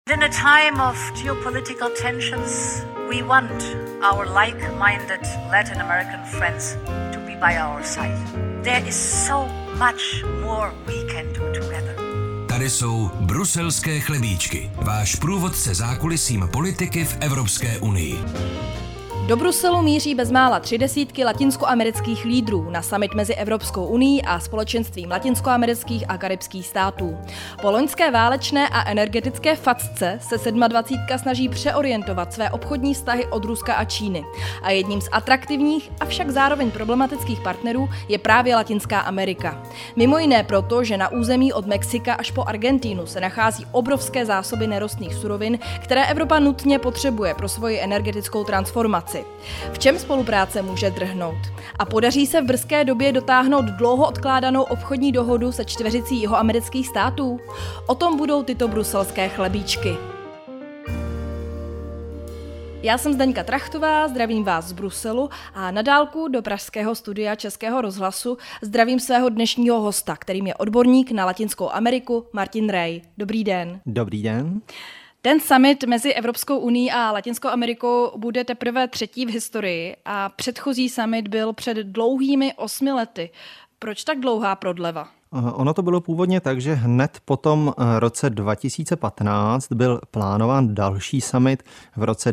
In a time of geopolitical tensions, we want our like-minded Latin American friends to be by our side. There is so much more we can do together. Tady jsou bruselské chlebíčky, váš průvodce zákulisím politiky v Evropské unii. Do Bruselu míří bezmála 30 latinskoamerických lídrů na summit mezi Evropskou unií a společenstvím latinskoamerických a karibských států. Po loňské válečné a energetické facce se 27 snaží přeorientovat své obchodní vztahy od Ruska a Číny. A jedním z atraktivních, avšak zároveň problematických partnerů je právě Latinská Amerika. Mimo jiné proto, že na území od Mexika až po Argentínu se nachází obrovské zásoby nerostných surovin, které Evropa nutně potřebuje pro svoji energetickou transformaci. V čem spolupráce může drhnout? A podaří se v brzké době dotáhnout dlouho odkládanou obchodní dohodu se čtveřicí jihoamerických států? O tom budou tyto bruselské chlebíčky. Já jsem Zdeňka Trachtová, zdravím vás z Bruselu a na dálku do pražského studia Českého rozhlasu zdravím svého dnešního hosta, kterým je odborník na Latinskou Ameriku Martin Rej. Dobrý den. Dobrý den. Ten summit mezi Evropskou unií a Latinskou Amerikou bude teprve třetí v historii a předchozí summit byl před dlouhými 8 lety. Proč tak dlouhá prodleva? Ono to bylo původně tak, že hned po tom roce 2015 byl plánován další summit v roce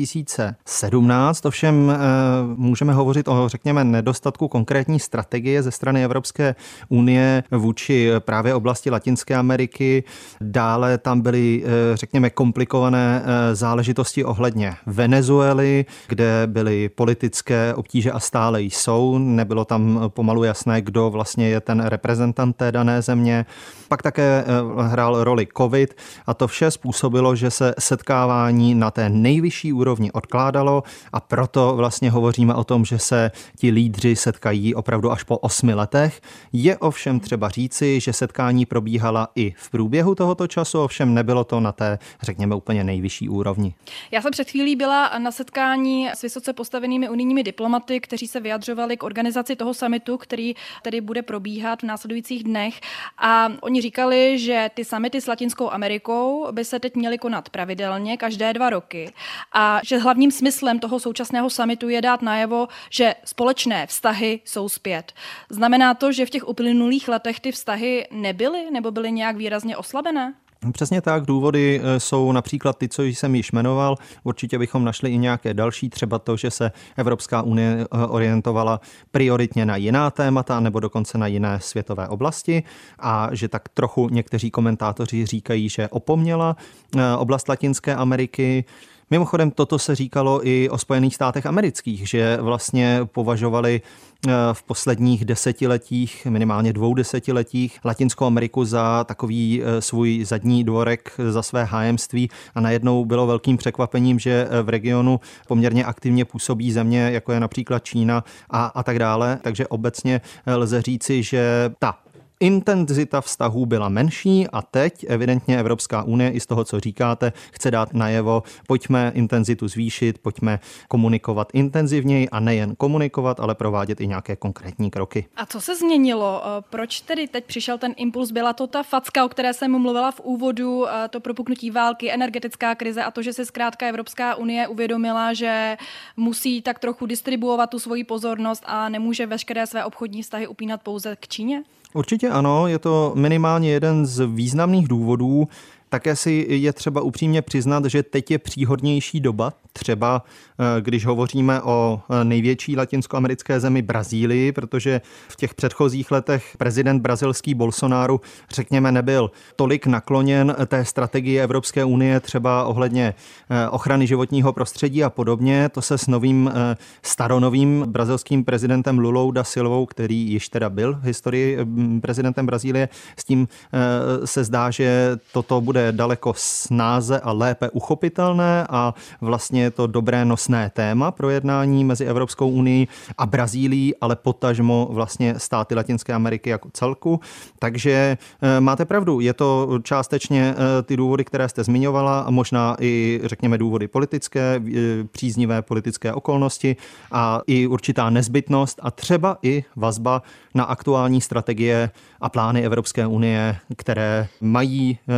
2017. Ovšem můžeme hovořit o, řekněme, nedostatku konkrétní strategie ze strany Evropské unie vůči právě oblasti Latinské Ameriky. Dále tam byly, řekněme, komplikované záležitosti ohledně Venezuely, kde byly politické obtíže a stále jsou. Nebylo tam pomalu jasné, kdo vlastně je ten reprezentant té dané země. Pak také hrál roli covid a to vše způsobilo, že se setkávání na té nejvyšší úrovni odkládalo a proto vlastně hovoříme o tom, že se ti lídři setkají opravdu až po 8 letech. Je ovšem třeba říci, že setkání probíhala i v průběhu tohoto času, ovšem nebylo to na té, řekněme, úplně nejvyšší úrovni. Já jsem před chvílí byla na setkání s vysoce postavenými unijními diplomaty, kteří se vyjadřovali k organizaci toho summitu, který tedy bude probíhat v následujících dnech. A oni říkali, že ty summity s Latinskou Amerikou by se teď měly konat pravidelně každé 2 roky a že hlavním smyslem toho současného summitu je dát najevo, že společné vztahy jsou zpět. Znamená to, že v těch uplynulých letech ty vztahy nebyly nebo byly nějak výrazně oslabené? Přesně tak, důvody jsou například ty, co jsem již jmenoval. Určitě bychom našli i nějaké další, třeba to, že se Evropská unie orientovala prioritně na jiná témata nebo dokonce na jiné světové oblasti a že tak trochu někteří komentátoři říkají, že opomněla oblast Latinské Ameriky. Mimochodem toto se říkalo i o Spojených státech amerických, že vlastně považovali v posledních desetiletích, minimálně 2 desetiletích, Latinskou Ameriku za takový svůj zadní dvorek, za své hájemství a najednou bylo velkým překvapením, že v regionu poměrně aktivně působí země, jako je například Čína a tak dále. Takže obecně lze říci, že ta intenzita vztahů byla menší a teď evidentně Evropská unie i z toho, co říkáte, chce dát najevo, pojďme intenzitu zvýšit, pojďme komunikovat intenzivněji a nejen komunikovat, ale provádět i nějaké konkrétní kroky. A co se změnilo? Proč tedy teď přišel ten impuls? Byla to ta facka, o které jsem mluvila v úvodu, to propuknutí války, energetická krize a to, že se zkrátka Evropská unie uvědomila, že musí tak trochu distribuovat tu svoji pozornost a nemůže veškeré své obchodní vztahy upínat pouze k Číně? Určitě ano, je to minimálně jeden z významných důvodů. Také si je třeba upřímně přiznat, že teď je příhodnější doba, třeba když hovoříme o největší latinskoamerické zemi Brazílii, protože v těch předchozích letech prezident brazilský Bolsonaro, řekněme, nebyl tolik nakloněn té strategii Evropské unie, třeba ohledně ochrany životního prostředí a podobně. To se s novým staronovým brazilským prezidentem Lulou da Silvou, který již teda byl v historii prezidentem Brazílie, s tím se zdá, že toto bude daleko snáze a lépe uchopitelné a vlastně je to dobré nosné téma pro jednání mezi Evropskou unií a Brazílií, ale potažmo vlastně státy Latinské Ameriky jako celku. Takže máte pravdu, je to částečně ty důvody, které jste zmiňovala a možná i, řekněme, důvody politické, příznivé politické okolnosti a i určitá nezbytnost a třeba i vazba na aktuální strategie a plány Evropské unie, které mají význam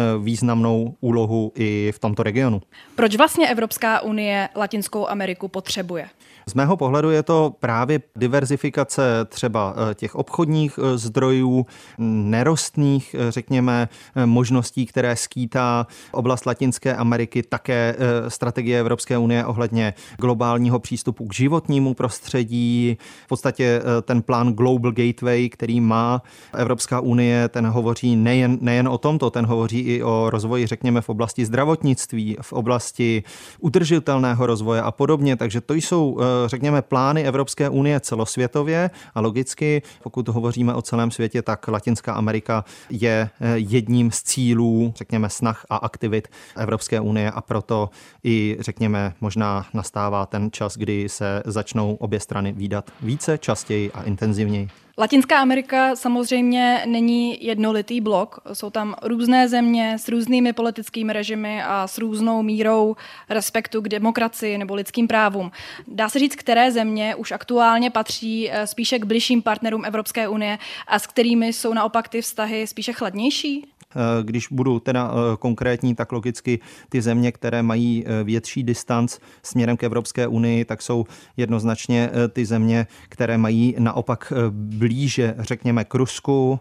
významnou úlohu i v tomto regionu. Proč vlastně Evropská unie Latinskou Ameriku potřebuje? Z mého pohledu je to právě diverzifikace třeba těch obchodních zdrojů, nerostných, řekněme, možností, které skýtá oblast Latinské Ameriky, také strategie Evropské unie ohledně globálního přístupu k životnímu prostředí. V podstatě ten plán Global Gateway, který má Evropská unie, ten hovoří nejen o tomto, ten hovoří i o rozvoji, řekněme, v oblasti zdravotnictví, v oblasti udržitelného rozvoje a podobně. Takže to jsou, řekněme, plány Evropské unie celosvětově a logicky, pokud hovoříme o celém světě, tak Latinská Amerika je jedním z cílů, řekněme, snah a aktivit Evropské unie a proto i, řekněme, možná nastává ten čas, kdy se začnou obě strany vídat více, častěji a intenzivněji. Latinská Amerika samozřejmě není jednolitý blok. Jsou tam různé země s různými politickými režimy a s různou mírou respektu k demokracii nebo lidským právům. Dá se říct, které země už aktuálně patří spíše k bližším partnerům Evropské unie a s kterými jsou naopak ty vztahy spíše chladnější? Když budu teda konkrétní, tak logicky ty země, které mají větší distanc směrem k Evropské unii, tak jsou jednoznačně ty země, které mají naopak blíže, řekněme, k Rusku,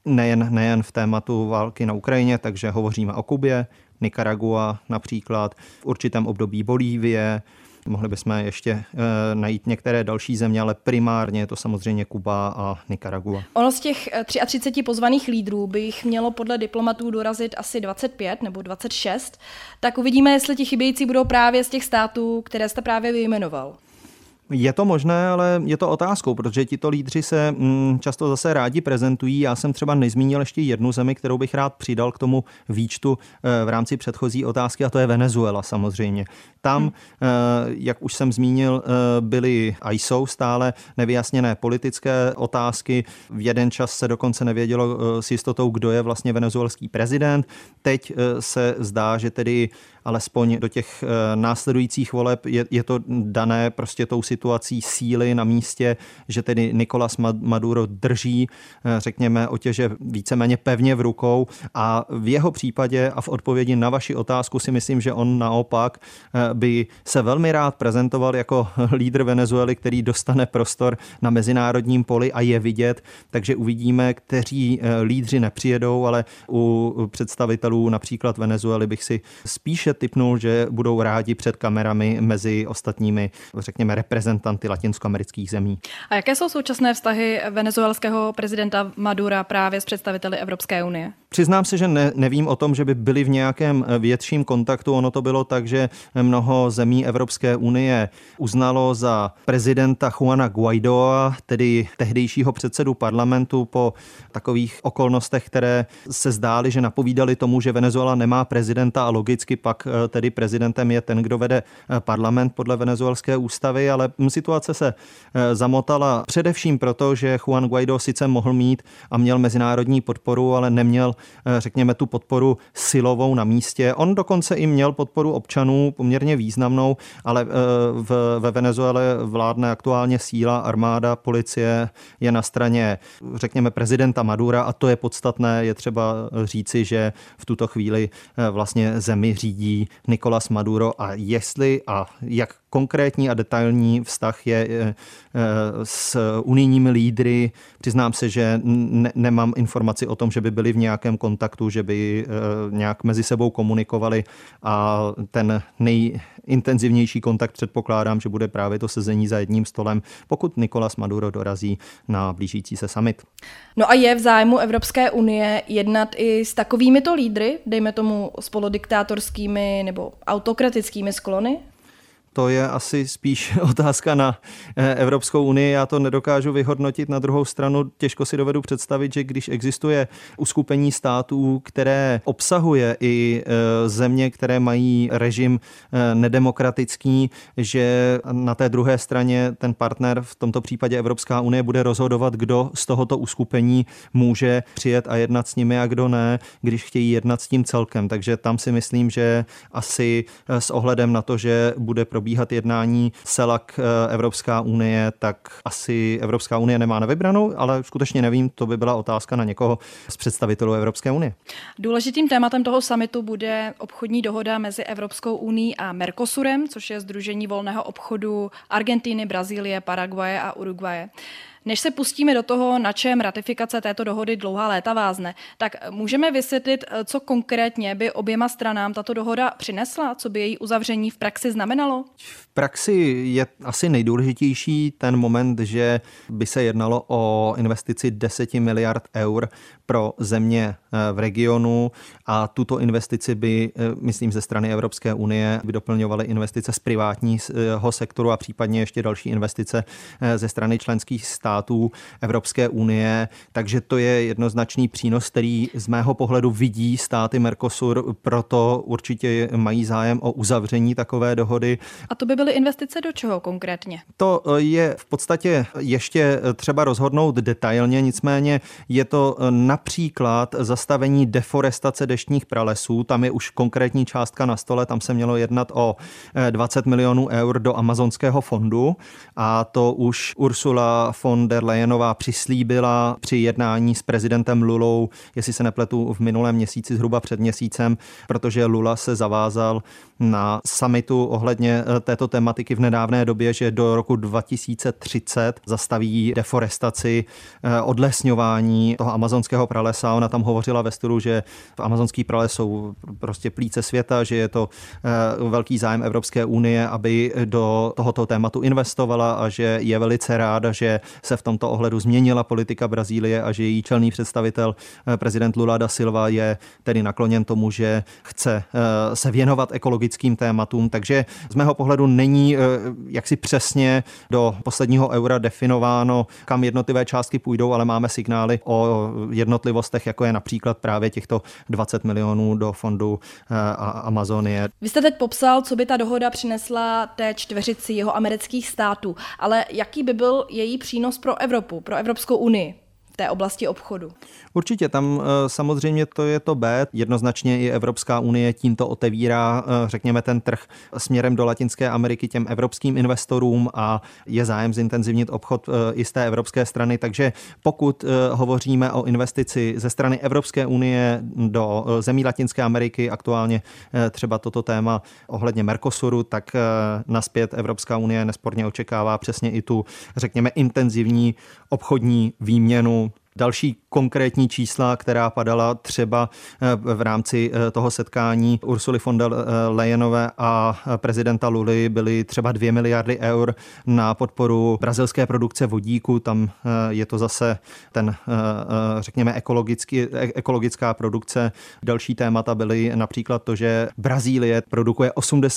nejen v tématu války na Ukrajině, takže hovoříme o Kubě, Nikaragua například, v určitém období Bolívie. Mohli bychom ještě najít některé další země, ale primárně je to samozřejmě Kuba a Nikaragua. Ono z těch 33 pozvaných lídrů by jich mělo podle diplomatů dorazit asi 25 nebo 26, tak uvidíme, jestli ti chybějící budou právě z těch států, které jste právě vyjmenoval. Je to možné, ale je to otázkou, protože tito lídři se často zase rádi prezentují. Já jsem třeba nezmínil ještě jednu zemi, kterou bych rád přidal k tomu výčtu v rámci předchozí otázky, a to je Venezuela samozřejmě. Tam, jak už jsem zmínil, byly a jsou stále nevyjasněné politické otázky. V jeden čas se dokonce nevědělo s jistotou, kdo je vlastně venezuelský prezident. Teď se zdá, že tedy alespoň do těch následujících voleb je to dané prostě tou situací síly na místě, že tedy Nicolás Maduro drží, řekněme, otěže víceméně pevně v rukou a v jeho případě a v odpovědi na vaši otázku si myslím, že on naopak by se velmi rád prezentoval jako lídr Venezuely, který dostane prostor na mezinárodním poli a je vidět, takže uvidíme, kteří lídři nepřijedou, ale u představitelů například Venezuely bych si spíše tipnul, že budou rádi před kamerami mezi ostatními, řekněme, reprezentanty latinskoamerických zemí. A jaké jsou současné vztahy venezuelského prezidenta Madura právě s představiteli Evropské unie? Přiznám se, že nevím o tom, že by byli v nějakém větším kontaktu. Ono to bylo tak, že mnoho zemí Evropské unie uznalo za prezidenta Juana Guaidoa, tedy tehdejšího předsedu parlamentu, po takových okolnostech, které se zdály, že napovídaly tomu, že Venezuela nemá prezidenta a logicky pak tedy prezidentem je ten, kdo vede parlament podle venezuelské ústavy, ale situace se zamotala především proto, že Juan Guaidó sice mohl mít a měl mezinárodní podporu, ale neměl, řekněme, tu podporu silovou na místě. On dokonce i měl podporu občanů poměrně významnou, ale ve Venezuele vládne aktuálně síla, armáda, policie je na straně, řekněme, prezidenta Madura a to je podstatné. Je třeba říci, že v tuto chvíli vlastně zemi řídí Nicolás Maduro a jestli a jak konkrétní a detailní vztah je s unijními lídry. Přiznám se, že nemám informaci o tom, že by byli v nějakém kontaktu, že by nějak mezi sebou komunikovali a ten nejintenzivnější kontakt předpokládám, že bude právě to sezení za jedním stolem, pokud Nicolás Maduro dorazí na blížící se summit. No a je v zájmu Evropské unie jednat i s takovýmito lídry, dejme tomu s polodiktátorskými nebo autokratickými sklony? To je asi spíš otázka na Evropskou unii. Já to nedokážu vyhodnotit. Na druhou stranu těžko si dovedu představit, že když existuje uskupení států, které obsahuje i země, které mají režim nedemokratický, že na té druhé straně ten partner, v tomto případě Evropská unie, bude rozhodovat, kdo z tohoto uskupení může přijet a jednat s nimi a kdo ne, když chtějí jednat s tím celkem. Takže tam si myslím, že asi s ohledem na to, že bude probíhat jednání CELAC Evropská unie, tak asi Evropská unie nemá na vybranou, ale skutečně nevím, to by byla otázka na někoho z představitelů Evropské unie. Důležitým tématem toho summitu bude obchodní dohoda mezi Evropskou unií a Mercosurem, což je sdružení volného obchodu Argentiny, Brazílie, Paraguaje a Uruguaye. Než se pustíme do toho, na čem ratifikace této dohody dlouhá léta vázne, tak můžeme vysvětlit, co konkrétně by oběma stranám tato dohoda přinesla, co by její uzavření v praxi znamenalo? V praxi je asi nejdůležitější ten moment, že by se jednalo o investici 10 miliard eur pro země v regionu a tuto investici by, myslím, ze strany Evropské unie by doplňovaly investice z privátního sektoru a případně ještě další investice ze strany členských států Evropské unie. Takže to je jednoznačný přínos, který z mého pohledu vidí státy Mercosur, proto určitě mají zájem o uzavření takové dohody. A to by byly investice do čeho konkrétně? To je v podstatě ještě třeba rozhodnout detailně, nicméně je to například zastavení deforestace deštních pralesů. Tam je už konkrétní částka na stole, tam se mělo jednat o 20 milionů eur do amazonského fondu a to už Ursula von der Leyenová přislíbila při jednání s prezidentem Lulou, jestli se nepletu v minulém měsíci, zhruba před měsícem, protože Lula se zavázal na summitu ohledně této tematiky v nedávné době, že do roku 2030 zastaví deforestaci, odlesňování toho amazonského pralesa. Ona tam hovořila ve stylu, že amazonský prales jsou prostě plíce světa, že je to velký zájem Evropské unie, aby do tohoto tématu investovala a že je velice ráda, že se v tomto ohledu změnila politika Brazílie a že její čelný představitel prezident Lula da Silva je tedy nakloněn tomu, že chce se věnovat ekologickým tématům. Takže z mého pohledu není jaksi přesně do posledního eura definováno, kam jednotlivé částky půjdou, ale máme signály o jednotlivostech, jako je například právě těchto 20 milionů do fondu Amazonie. Vy jste teď popsal, co by ta dohoda přinesla té čtveřici jeho amerických států, ale jaký by byl její přínos pro Evropu, pro Evropskou unii v té oblasti obchodu? Určitě, tam samozřejmě to je to B. Jednoznačně i Evropská unie tímto otevírá, řekněme, ten trh směrem do Latinské Ameriky těm evropským investorům a je zájem zintenzivnit obchod i z té evropské strany. Takže pokud hovoříme o investici ze strany Evropské unie do zemí Latinské Ameriky, aktuálně třeba toto téma ohledně Mercosuru, tak nazpět Evropská unie nesporně očekává přesně i tu, řekněme, intenzivní obchodní výměnu. Další konkrétní čísla, která padala třeba v rámci toho setkání Ursuly von der Leyenové a prezidenta Luly, byly třeba 2 miliardy eur na podporu brazilské produkce vodíku. Tam je to zase ten, řekněme, ekologická produkce. Další témata byly například to, že Brazílie produkuje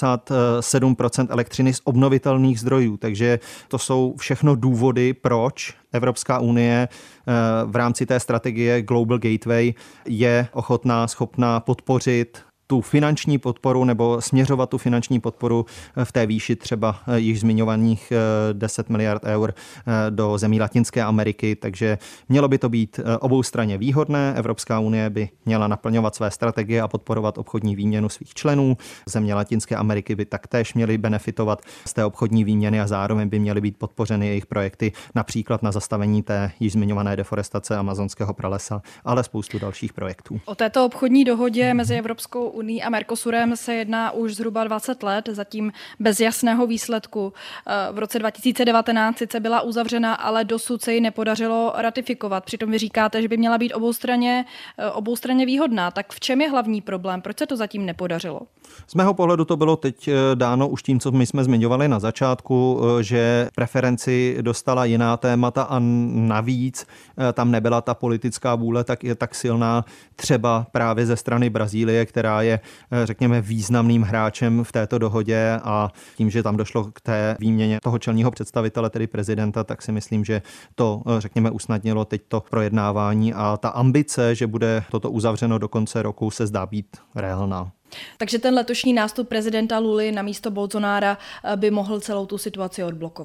87% elektřiny z obnovitelných zdrojů. Takže to jsou všechno důvody, proč Evropská unie v rámci té strategie Global Gateway je schopná podpořit tu finanční podporu nebo směřovat tu finanční podporu v té výši třeba již zmiňovaných 10 miliard eur do zemí Latinské Ameriky, takže mělo by to být oboustranně výhodné. Evropská unie by měla naplňovat své strategie a podporovat obchodní výměnu svých členů. Země Latinské Ameriky by taktéž měly benefitovat z té obchodní výměny a zároveň by měly být podpořeny jejich projekty, například na zastavení té již zmiňované deforestace amazonského pralesa, ale spoustu dalších projektů. O této obchodní dohodě mezi Evropskou unii a Mercosurem se jedná už zhruba 20 let, zatím bez jasného výsledku. V roce 2019 sice byla uzavřena, ale dosud se ji nepodařilo ratifikovat. Přitom vy říkáte, že by měla být oboustranně výhodná. Tak v čem je hlavní problém? Proč se to zatím nepodařilo? Z mého pohledu to bylo teď dáno už tím, co my jsme zmiňovali na začátku, že preferenci dostala jiná témata a navíc tam nebyla ta politická vůle tak silná třeba právě ze strany Brazílie, která je, řekněme, významným hráčem v této dohodě a tím, že tam došlo k té výměně toho čelního představitele, tedy prezidenta, tak si myslím, že to, řekněme, usnadnilo teď to projednávání a ta ambice, že bude toto uzavřeno do konce roku, se zdá být reálná. Takže ten letošní nástup prezidenta Luly na místo Bolsonara by mohl celou tu situaci odblokovat.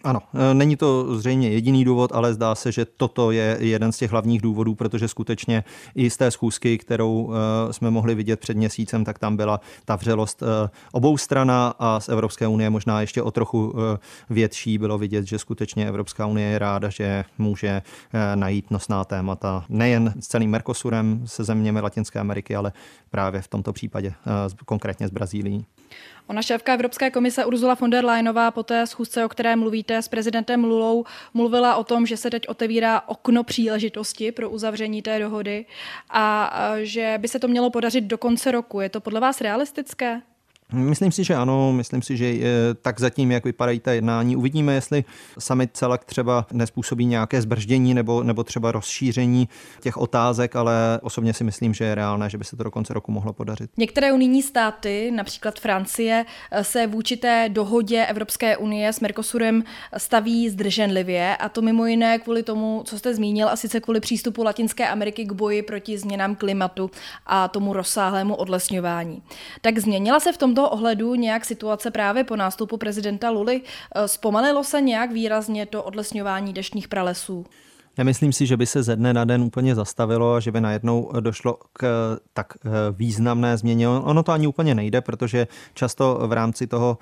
Ano, není to zřejmě jediný důvod, ale zdá se, že toto je jeden z těch hlavních důvodů, protože skutečně i z té schůzky, kterou jsme mohli vidět před měsícem, tak tam byla ta vřelost oboustrana a z Evropské unie možná ještě o trochu větší. Bylo vidět, že skutečně Evropská unie je ráda, že může najít nosná témata nejen s celým Mercosurem, se zeměmi Latinské Ameriky, ale právě v tomto případě konkrétně s Brazílií. Ona šéfka Evropské komise Ursula von der Leyenová po té schůzce, o které mluvíte s prezidentem Lulou, mluvila o tom, že se teď otevírá okno příležitosti pro uzavření té dohody a že by se to mělo podařit do konce roku. Je to podle vás realistické? Myslím si, že ano. Myslím si, že tak zatím, jak vypadají ta jednání, uvidíme, jestli summit celak třeba nespůsobí nějaké zbrždění nebo třeba rozšíření těch otázek, ale osobně si myslím, že je reálné, že by se to do konce roku mohlo podařit. Některé unijní státy, například Francie, se vůči té dohodě Evropské unie s Mercosurem staví zdrženlivě, a to mimo jiné kvůli tomu, co jste zmínil, a sice kvůli přístupu Latinské Ameriky k boji proti změnám klimatu a tomu rozsáhlému odlesňování. Tak změnila se v tomto ohledu nějak situace právě po nástupu prezidenta Luly? Zpomalilo se nějak výrazně to odlesňování deštných pralesů? Nemyslím si, že by se ze dne na den úplně zastavilo a že by najednou došlo k tak významné změně. Ono to ani úplně nejde, protože často v rámci toho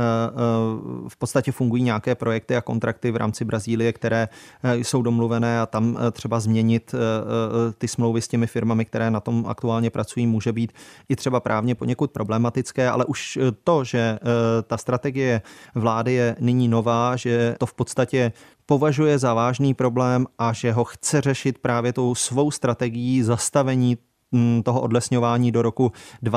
v podstatě fungují nějaké projekty a kontrakty v rámci Brazílie, které jsou domluvené, a tam třeba změnit ty smlouvy s těmi firmami, které na tom aktuálně pracují, může být i třeba právně poněkud problematické, ale už to, že ta strategie vlády je nyní nová, že to v podstatě považuje za vážný problém a že ho chce řešit právě tou svou strategií zastavení toho odlesňování do roku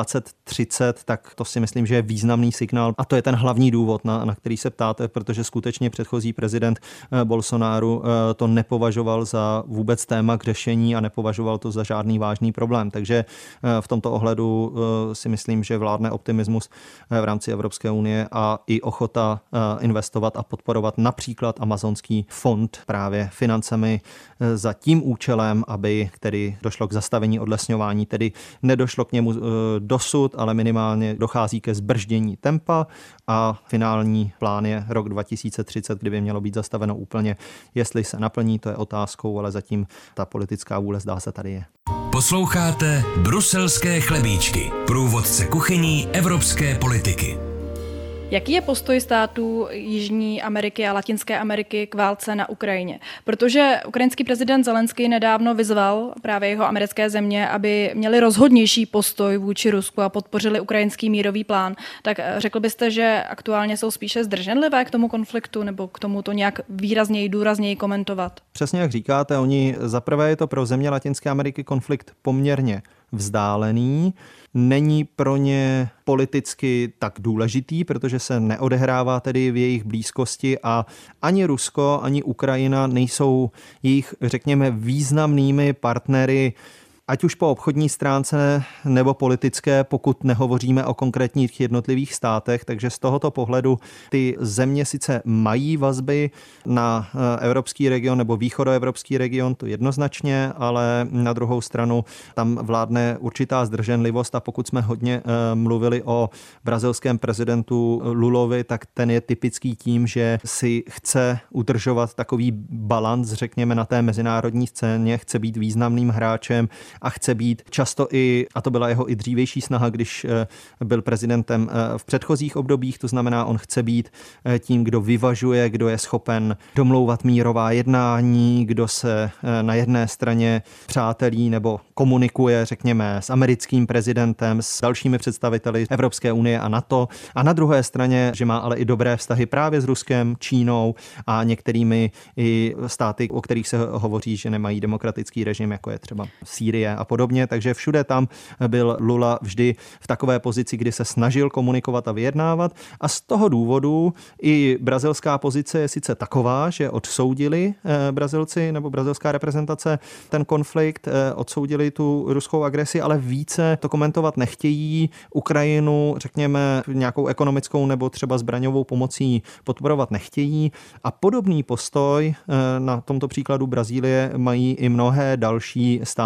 2030, tak to si myslím, že je významný signál. A to je ten hlavní důvod, na který se ptáte, protože skutečně předchozí prezident Bolsonaro to nepovažoval za vůbec téma k řešení a nepovažoval to za žádný vážný problém. Takže v tomto ohledu si myslím, že vládne optimismus v rámci Evropské unie a i ochota investovat a podporovat například amazonský fond právě financemi za tím účelem, aby tedy došlo k zastavení odlesňování. Tedy nedošlo k němu dosud, ale minimálně dochází ke zbrždění tempa a finální plán je rok 2030, kdy by mělo být zastaveno úplně. Jestli se naplní, to je otázkou, ale zatím ta politická vůle, zdá se, tady je. Posloucháte Bruselské chlebíčky, průvodce kuchyní evropské politiky. Jaký je postoj států Jižní Ameriky a Latinské Ameriky k válce na Ukrajině? Protože ukrajinský prezident Zelenský nedávno vyzval právě jeho americké země, aby měli rozhodnější postoj vůči Rusku a podpořili ukrajinský mírový plán. Tak řekl byste, že aktuálně jsou spíše zdrženlivé k tomu konfliktu nebo k tomu to nějak výrazněji, důrazněji komentovat? Přesně jak říkáte, zaprvé je to pro země Latinské Ameriky konflikt poměrně vzdálený, není pro ně politicky tak důležitý, protože se neodehrává tedy v jejich blízkosti a ani Rusko, ani Ukrajina nejsou jejich, řekněme, významnými partnery, ať už po obchodní stránce nebo politické, pokud nehovoříme o konkrétních jednotlivých státech. Takže z tohoto pohledu ty země sice mají vazby na evropský region nebo východoevropský region, to jednoznačně, ale na druhou stranu tam vládne určitá zdrženlivost a pokud jsme hodně mluvili o brazilském prezidentu Lulovi, tak ten je typický tím, že si chce udržovat takový balanc, řekněme, na té mezinárodní scéně, chce být významným hráčem a chce být často a to byla jeho i dřívější snaha, když byl prezidentem v předchozích obdobích, to znamená, on chce být tím, kdo vyvažuje, kdo je schopen domlouvat mírová jednání, kdo se na jedné straně přátelí nebo komunikuje, řekněme, s americkým prezidentem, s dalšími představiteli Evropské unie a NATO, a na druhé straně, že má ale i dobré vztahy právě s Ruskem, Čínou a některými i státy, o kterých se hovoří, že nemají demokratický režim, jako je třeba Sýrie a podobně, takže všude tam byl Lula vždy v takové pozici, kdy se snažil komunikovat a vyjednávat, a z toho důvodu i brazilská pozice je sice taková, že odsoudili Brazilci nebo brazilská reprezentace ten konflikt, odsoudili tu ruskou agresi, ale více to komentovat nechtějí. Ukrajinu, řekněme, nějakou ekonomickou nebo třeba zbraňovou pomocí podporovat nechtějí, a podobný postoj na tomto příkladu Brazílie mají i mnohé další státy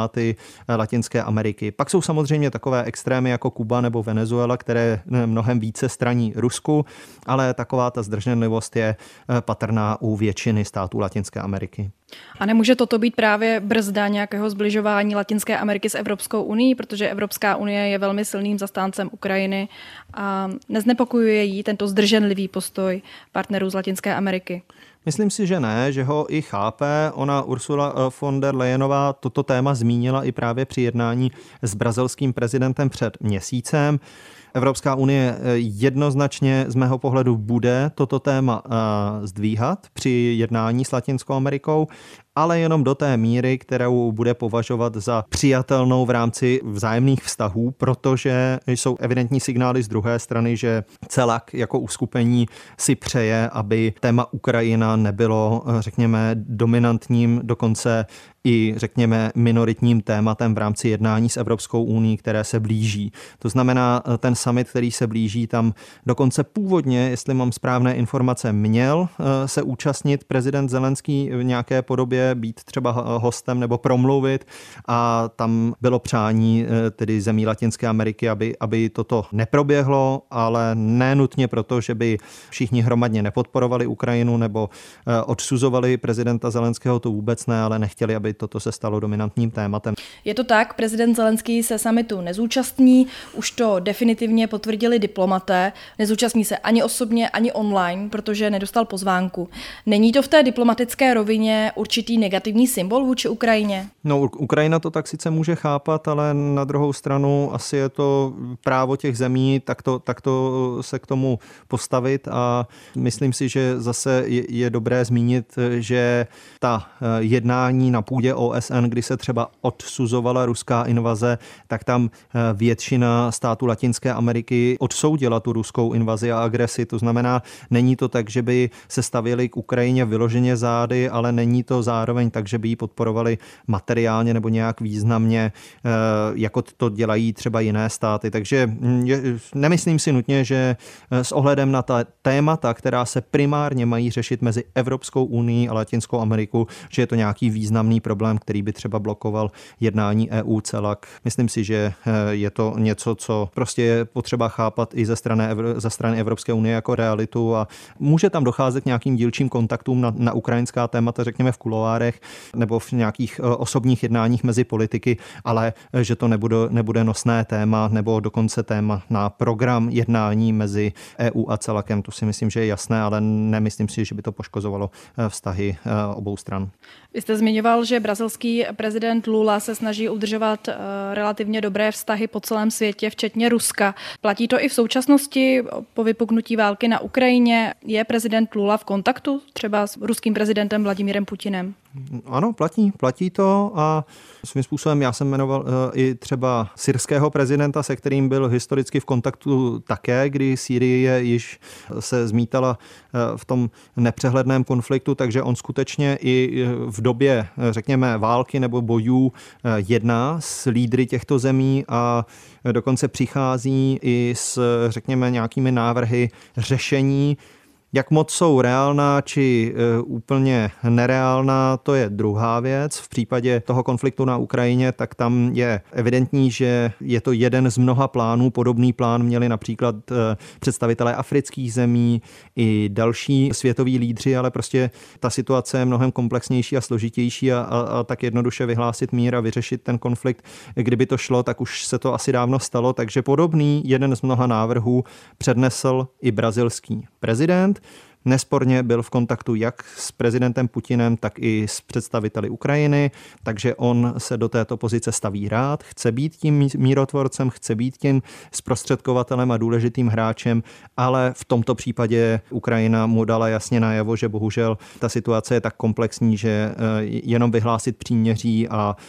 Latinské Ameriky. Pak jsou samozřejmě takové extrémy jako Kuba nebo Venezuela, které mnohem více straní Rusku, ale taková ta zdrženlivost je patrná u většiny států Latinské Ameriky. A nemůže toto být právě brzda nějakého zbližování Latinské Ameriky s Evropskou unií, protože Evropská unie je velmi silným zastáncem Ukrajiny a neznepokojuje jí tento zdrženlivý postoj partnerů z Latinské Ameriky? Myslím si, že ne, že ho i chápe. Ona Ursula von der Leyenová toto téma zmínila i právě při jednání s brazilským prezidentem před měsícem. Evropská unie jednoznačně z mého pohledu bude toto téma zdvíhat při jednání s Latinskou Amerikou, ale jenom do té míry, kterou bude považovat za přijatelnou v rámci vzájemných vztahů, protože jsou evidentní signály z druhé strany, že CELAC jako uskupení si přeje, aby téma Ukrajina nebylo, řekněme, dominantním, dokonce i, řekněme, minoritním tématem v rámci jednání s Evropskou unií, které se blíží. To znamená, ten summit, který se blíží, tam dokonce původně, jestli mám správné informace, měl se účastnit prezident Zelenský v nějaké podobě, být třeba hostem nebo promluvit, a tam bylo přání tedy zemí Latinské Ameriky, aby toto neproběhlo, ale ne nutně proto, že by všichni hromadně nepodporovali Ukrajinu nebo odsuzovali prezidenta Zelenského, to vůbec ne, ale nechtěli, aby toto se stalo dominantním tématem. Je to tak, prezident Zelenský se summitu nezúčastní, už to definitivně potvrdili diplomaté, nezúčastní se ani osobně, ani online, protože nedostal pozvánku. Není to v té diplomatické rovině určitý negativní symbol vůči Ukrajině? No, Ukrajina to tak sice může chápat, ale na druhou stranu asi je to právo těch zemí takto se k tomu postavit, a myslím si, že zase je dobré zmínit, že ta jednání na půdě OSN, kdy se třeba odsuzovala ruská invaze, tak tam většina států Latinské Ameriky odsoudila tu ruskou invazi a agresi. To znamená, není to tak, že by se stavěli k Ukrajině vyloženě zády, ale není to zároveň tak, že by ji podporovali materiálně nebo nějak významně, jako to dělají třeba jiné státy. Takže nemyslím si nutně, že s ohledem na ta témata, která se primárně mají řešit mezi Evropskou unií a Latinskou Amerikou, že je to nějaký významný problém, který by třeba blokoval jednání EU CELAC. Myslím si, že je to něco, co prostě je potřeba chápat i ze strany Evropské unie jako realitu, a může tam docházet k nějakým dílčím kontaktům na ukrajinská témata, řekněme v kuloárech nebo v nějakých osobních jednáních mezi politiky, ale že to nebude nosné téma nebo dokonce téma na program jednání mezi EU a CELACem, to si myslím, že je jasné, ale nemyslím si, že by to poškozovalo vztahy obou stran. Vy jste zmiňoval, že brazilský prezident Lula se snaží udržovat relativně dobré vztahy po celém světě, včetně Ruska. Platí to i v současnosti po vypuknutí války na Ukrajině? Je prezident Lula v kontaktu třeba s ruským prezidentem Vladimírem Putinem? Ano, platí to, a svým způsobem já jsem jmenoval i třeba syrského prezidenta, se kterým byl historicky v kontaktu také, kdy Sýrie již se zmítala v tom nepřehledném konfliktu, takže on skutečně i v době, řekněme, války nebo bojů jedná s lídry těchto zemí a dokonce přichází i s, řekněme, nějakými návrhy řešení. Jak moc jsou reálná či úplně nereálná, to je druhá věc. V případě toho konfliktu na Ukrajině, tak tam je evidentní, že je to jeden z mnoha plánů. Podobný plán měli například představitelé afrických zemí i další světoví lídři, ale prostě ta situace je mnohem komplexnější a složitější, a tak jednoduše vyhlásit mír a vyřešit ten konflikt, kdyby to šlo, tak už se to asi dávno stalo. Takže podobný jeden z mnoha návrhů přednesl i brazilský prezident. Nesporně byl v kontaktu jak s prezidentem Putinem, tak i s představiteli Ukrajiny, takže on se do této pozice staví rád, chce být tím mírotvorcem, chce být tím zprostředkovatelem a důležitým hráčem, ale v tomto případě Ukrajina mu dala jasně najevo, že bohužel ta situace je tak komplexní, že jenom vyhlásit příměří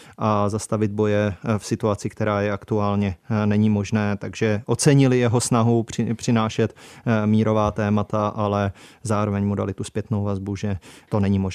a zastavit boje v situaci, která je aktuálně, není možné, takže ocenili jeho snahu přinášet mírová témata, ale zároveň mu dali tu zpětnou vazbu, že to není možné.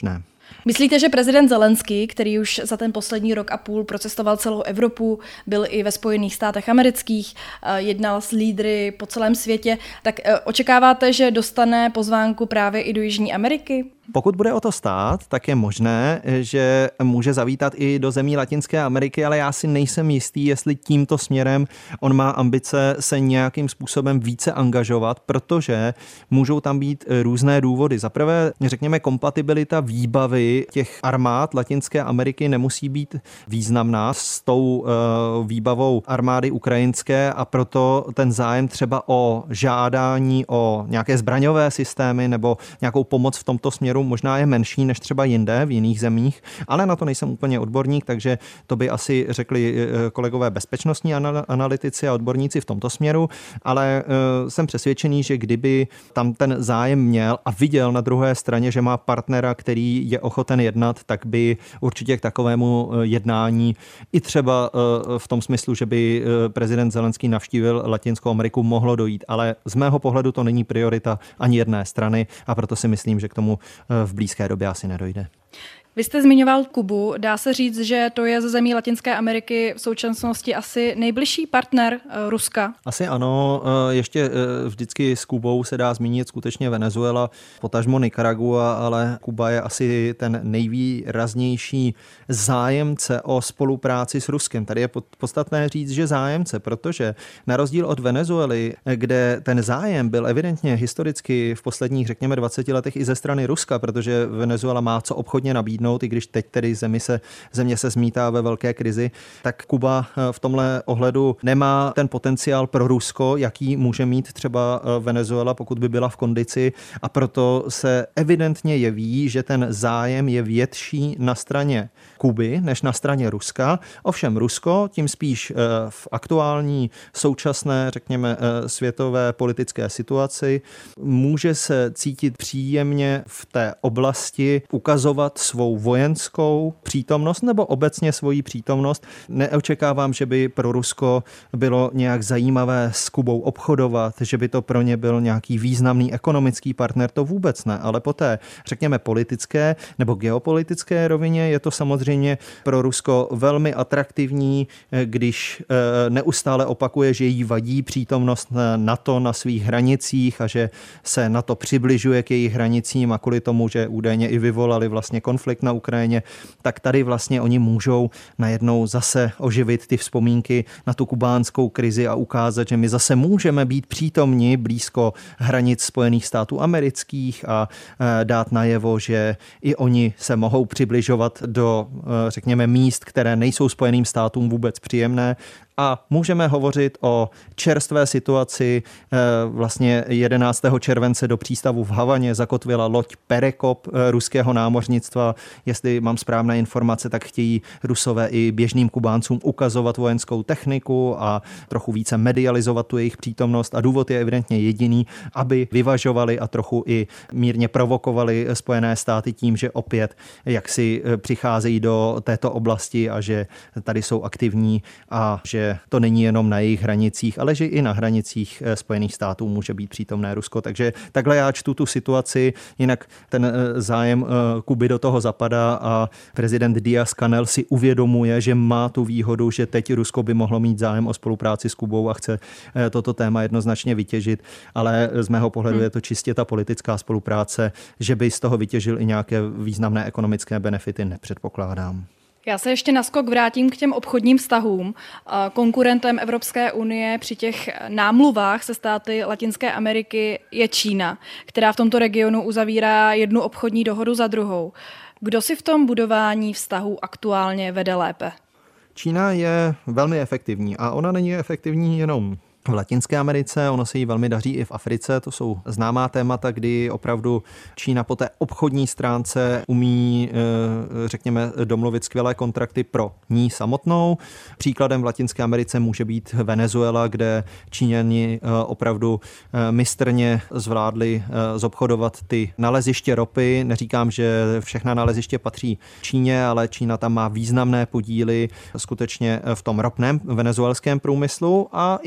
Myslíte, že prezident Zelenský, který už za ten poslední rok a půl procestoval celou Evropu, byl i ve Spojených státech amerických, jednal s lídry po celém světě, tak očekáváte, že dostane pozvánku právě i do Jižní Ameriky? Pokud bude o to stát, tak je možné, že může zavítat i do zemí Latinské Ameriky, ale já si nejsem jistý, jestli tímto směrem on má ambice se nějakým způsobem více angažovat, protože můžou tam být různé důvody. Za prvé, řekněme, kompatibilita výbavy těch armád Latinské Ameriky nemusí být významná s tou výbavou armády ukrajinské a proto ten zájem třeba o žádání o nějaké zbraňové systémy nebo nějakou pomoc v tomto směru možná je menší než třeba jinde v jiných zemích, ale na to nejsem úplně odborník, takže to by asi řekli kolegové bezpečnostní analytici a odborníci v tomto směru, ale jsem přesvědčený, že kdyby tam ten zájem měl a viděl na druhé straně, že má partnera, který je ochoten jednat, tak by určitě k takovému jednání i třeba v tom smyslu, že by prezident Zelenský navštívil Latinskou Ameriku, mohlo dojít, ale z mého pohledu to není priorita ani jedné strany a proto si myslím, že k tomu v blízké době asi nedojde. Vy jste zmiňoval Kubu. Dá se říct, že to je ze zemí Latinské Ameriky v současnosti asi nejbližší partner Ruska? Asi ano. Ještě vždycky s Kubou se dá zmínit skutečně Venezuela, potažmo Nicaragua, ale Kuba je asi ten nejvýraznější zájemce o spolupráci s Ruskem. Tady je podstatné říct, že zájemce, protože na rozdíl od Venezuely, kde ten zájem byl evidentně historicky v posledních, řekněme, 20 letech i ze strany Ruska, protože Venezuela má co obchodně nabídnout, i když teď tedy země se zmítá ve velké krizi, tak Kuba v tomhle ohledu nemá ten potenciál pro Rusko, jaký může mít třeba Venezuela, pokud by byla v kondici, a proto se evidentně jeví, že ten zájem je větší na straně Kuby než na straně Ruska. Ovšem Rusko, tím spíš v aktuální současné, řekněme, světové politické situaci, může se cítit příjemně v té oblasti ukazovat svou vojenskou přítomnost nebo obecně svoji přítomnost. Neočekávám, že by pro Rusko bylo nějak zajímavé s Kubou obchodovat, že by to pro ně byl nějaký významný ekonomický partner, to vůbec ne, ale po té, řekněme, politické nebo geopolitické rovině je to samozřejmě pro Rusko velmi atraktivní, když neustále opakuje, že jí vadí přítomnost NATO na svých hranicích a že se NATO přibližuje k jejich hranicím a kvůli tomu, že údajně i vyvolali vlastně konflikt na Ukrajině, tak tady vlastně oni můžou najednou zase oživit ty vzpomínky na tu kubánskou krizi a ukázat, že my zase můžeme být přítomni blízko hranic Spojených států amerických a dát najevo, že i oni se mohou přibližovat do, řekněme, míst, které nejsou Spojeným státům vůbec příjemné. A můžeme hovořit o čerstvé situaci. Vlastně 11. července do přístavu v Havaně zakotvila loď Perekop ruského námořnictva. Jestli mám správné informace, tak chtějí Rusové i běžným Kubáncům ukazovat vojenskou techniku a trochu více medializovat tu jejich přítomnost. A důvod je evidentně jediný, aby vyvažovali a trochu i mírně provokovali Spojené státy tím, že opět jaksi přicházejí do této oblasti a že tady jsou aktivní a že to není jenom na jejich hranicích, ale že i na hranicích Spojených států může být přítomné Rusko. Takže takhle já čtu tu situaci, jinak ten zájem Kuby do toho zapadá a prezident Díaz-Canel si uvědomuje, že má tu výhodu, že teď Rusko by mohlo mít zájem o spolupráci s Kubou a chce toto téma jednoznačně vytěžit, ale z mého pohledu je to čistě ta politická spolupráce, že by z toho vytěžil i nějaké významné ekonomické benefity, nepředpokládám. Já se ještě naskok vrátím k těm obchodním vztahům. Konkurentem Evropské unie při těch námluvách se státy Latinské Ameriky je Čína, která v tomto regionu uzavírá jednu obchodní dohodu za druhou. Kdo si v tom budování vztahů aktuálně vede lépe? Čína je velmi efektivní a ona není efektivní jenom v Latinské Americe, ono se jí velmi daří i v Africe, to jsou známá témata, kdy opravdu Čína po té obchodní stránce umí, řekněme, domluvit skvělé kontrakty pro ní samotnou. Příkladem v Latinské Americe může být Venezuela, kde Číňani opravdu mistrně zvládli zobchodovat ty naleziště ropy. Neříkám, že všechna naleziště patří Číně, ale Čína tam má významné podíly skutečně v tom ropném venezuelském průmyslu a i v dalších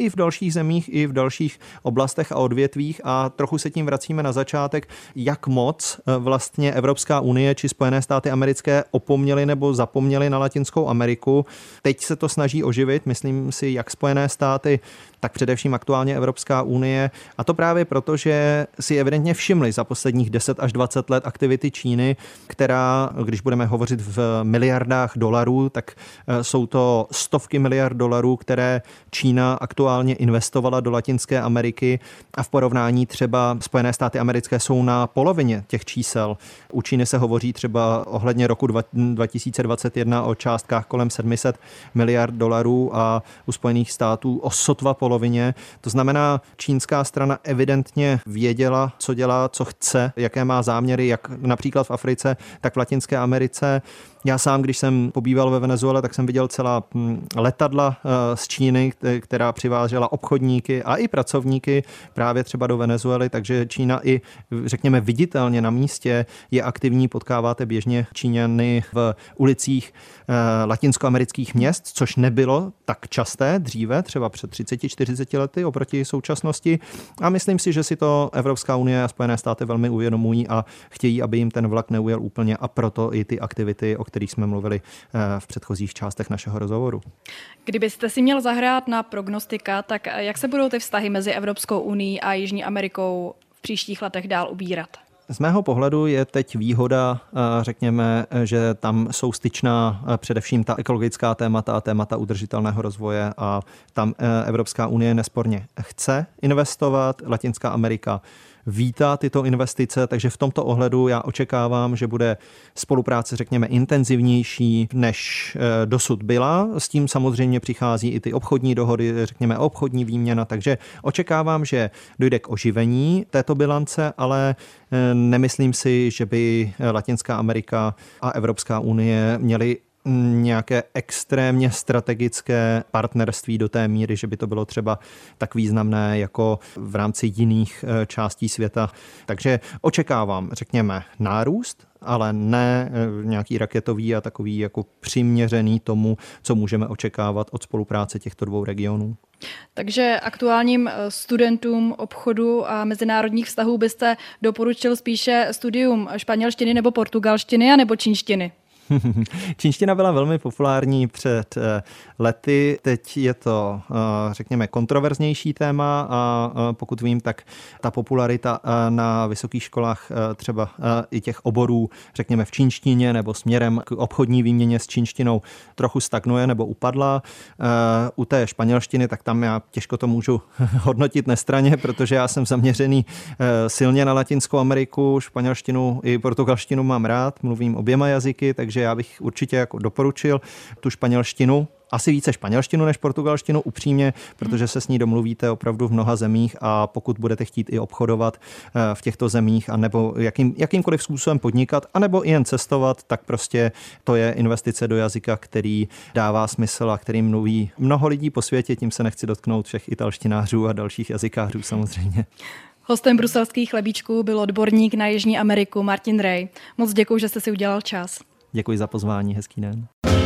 dalších zemích i v dalších oblastech a odvětvích a trochu se tím vracíme na začátek, jak moc vlastně Evropská unie či Spojené státy americké opomněly nebo zapomněly na Latinskou Ameriku. Teď se to snaží oživit, myslím si, jak Spojené státy, tak především aktuálně Evropská unie. A to právě proto, že si evidentně všimli za posledních 10 až 20 let aktivity Číny, která, když budeme hovořit v miliardách dolarů, tak jsou to stovky miliard dolarů, které Čína aktuálně investovala do Latinské Ameriky a v porovnání třeba Spojené státy americké jsou na polovině těch čísel. U Číny se hovoří třeba ohledně roku 2021 o částkách kolem 700 miliard dolarů a u Spojených států o sotva polovině. To znamená, čínská strana evidentně věděla, co dělá, co chce, jaké má záměry, jak například v Africe, tak v Latinské Americe. Já sám, když jsem pobýval ve Venezuele, tak jsem viděl celá letadla z Číny, která přivážela obchodníky a i pracovníky právě třeba do Venezuely, takže Čína i, řekněme, viditelně na místě je aktivní, potkáváte běžně Číňany v ulicích latinskoamerických měst, což nebylo tak časté dříve, třeba před 30-40 lety oproti současnosti. A myslím si, že si to Evropská unie a Spojené státy velmi uvědomují a chtějí, aby jim ten vlak neujel úplně a proto i ty aktivity, o kterých jsme mluvili v předchozích částech našeho rozhovoru. Kdybyste si měl zahrát na prognostika, tak jak se budou ty vztahy mezi Evropskou unií a Jižní Amerikou v příštích letech dál ubírat? Z mého pohledu je teď výhoda, řekněme, že tam jsou styčná především ta ekologická témata a témata udržitelného rozvoje a tam Evropská unie nesporně chce investovat, Latinská Amerika vítá tyto investice, takže v tomto ohledu já očekávám, že bude spolupráce, řekněme, intenzivnější, než dosud byla. S tím samozřejmě přichází i ty obchodní dohody, řekněme, obchodní výměna, takže očekávám, že dojde k oživení této bilance, ale nemyslím si, že by Latinská Amerika a Evropská unie měly nějaké extrémně strategické partnerství do té míry, že by to bylo třeba tak významné jako v rámci jiných částí světa. Takže očekávám, řekněme, nárůst, ale ne nějaký raketový a takový jako přiměřený tomu, co můžeme očekávat od spolupráce těchto dvou regionů. Takže aktuálním studentům obchodu a mezinárodních vztahů byste doporučil spíše studium španělštiny nebo portugalštiny a nebo čínštiny? Čínština byla velmi populární před lety, teď je to, řekněme, kontroverznější téma a pokud vím, tak ta popularita na vysokých školách třeba i těch oborů, řekněme, v čínštině nebo směrem k obchodní výměně s čínštinou trochu stagnuje nebo upadla. U té španělštiny, tak tam já těžko to můžu hodnotit nestranně, protože já jsem zaměřený silně na Latinskou Ameriku, španělštinu i portugalštinu mám rád, mluvím oběma jazyky, takže já bych určitě jako doporučil tu španělštinu, asi více španělštinu než portugalštinu, upřímně, protože se s ní domluvíte opravdu v mnoha zemích a pokud budete chtít i obchodovat v těchto zemích, anebo jakýmkoliv způsobem podnikat, anebo i jen cestovat, tak prostě to je investice do jazyka, který dává smysl a kterým mluví mnoho lidí po světě, tím se nechci dotknout všech italštinářů a dalších jazykářů samozřejmě. Hostem bruselských chlebíčků byl odborník na Jižní Ameriku Martin Ray. Moc děkuji, že jste si udělal čas. Děkuji za pozvání, hezký den.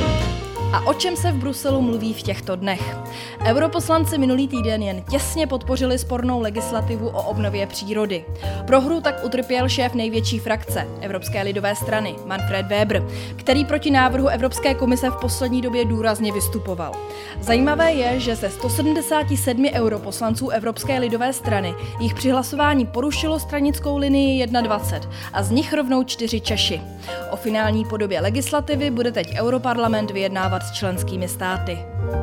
A o čem se v Bruselu mluví v těchto dnech? Europoslanci minulý týden jen těsně podpořili spornou legislativu o obnově přírody. Prohru tak utrpěl šéf největší frakce, Evropské lidové strany, Manfred Weber, který proti návrhu Evropské komise v poslední době důrazně vystupoval. Zajímavé je, že ze 177 europoslanců Evropské lidové strany jich při hlasování porušilo stranickou linii 21 a z nich rovnou 4 Češi. O finální podobě legislativy bude teď Europarlament vyjednávat s členskými státy.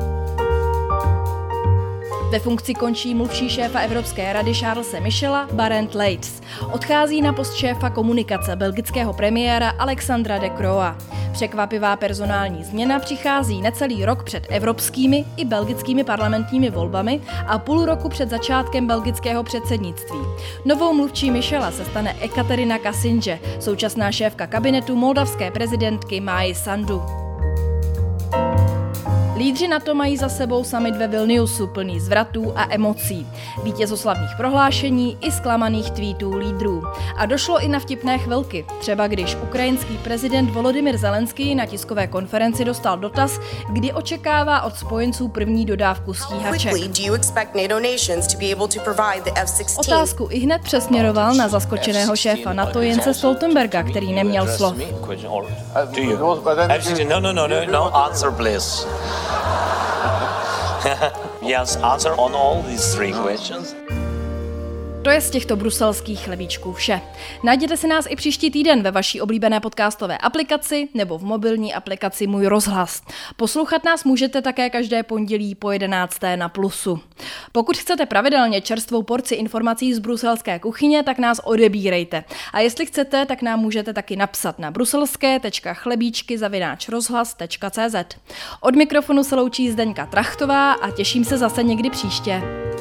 Ve funkci končí mluvčí šéfa Evropské rady Charlese Michela Barend Leitz. Odchází na post šéfa komunikace belgického premiéra Alexandra De Crooa. Překvapivá personální změna přichází necelý rok před evropskými i belgickými parlamentními volbami a půl roku před začátkem belgického předsednictví. Novou mluvčí Michela se stane Ekaterina Kasinje, současná šéfka kabinetu moldavské prezidentky Maji Sandu. Lídři NATO mají za sebou summit ve Vilniusu plný zvratů a emocí, vítězoslavných prohlášení i zklamaných tweetů lídrů. A došlo i na vtipné chvilky, třeba když ukrajinský prezident Volodymyr Zelenský na tiskové konferenci dostal dotaz, kdy očekává od spojenců první dodávku stíhaček. Otázku ihned přesměroval na zaskočeného šéfa NATO Jense Stoltenberga, který neměl slov. No answer, please. Yes, answer on all these three questions. To je z těchto bruselských chlebíčků vše. Najděte si nás i příští týden ve vaší oblíbené podcastové aplikaci nebo v mobilní aplikaci Můj rozhlas. Poslouchat nás můžete také každé pondělí po 11. na Plusu. Pokud chcete pravidelně čerstvou porci informací z bruselské kuchyně, tak nás odebírejte. A jestli chcete, tak nám můžete taky napsat na bruselské.chlebíčky@rozhlas.cz. Od mikrofonu se loučí Zdeňka Trachtová a těším se zase někdy příště.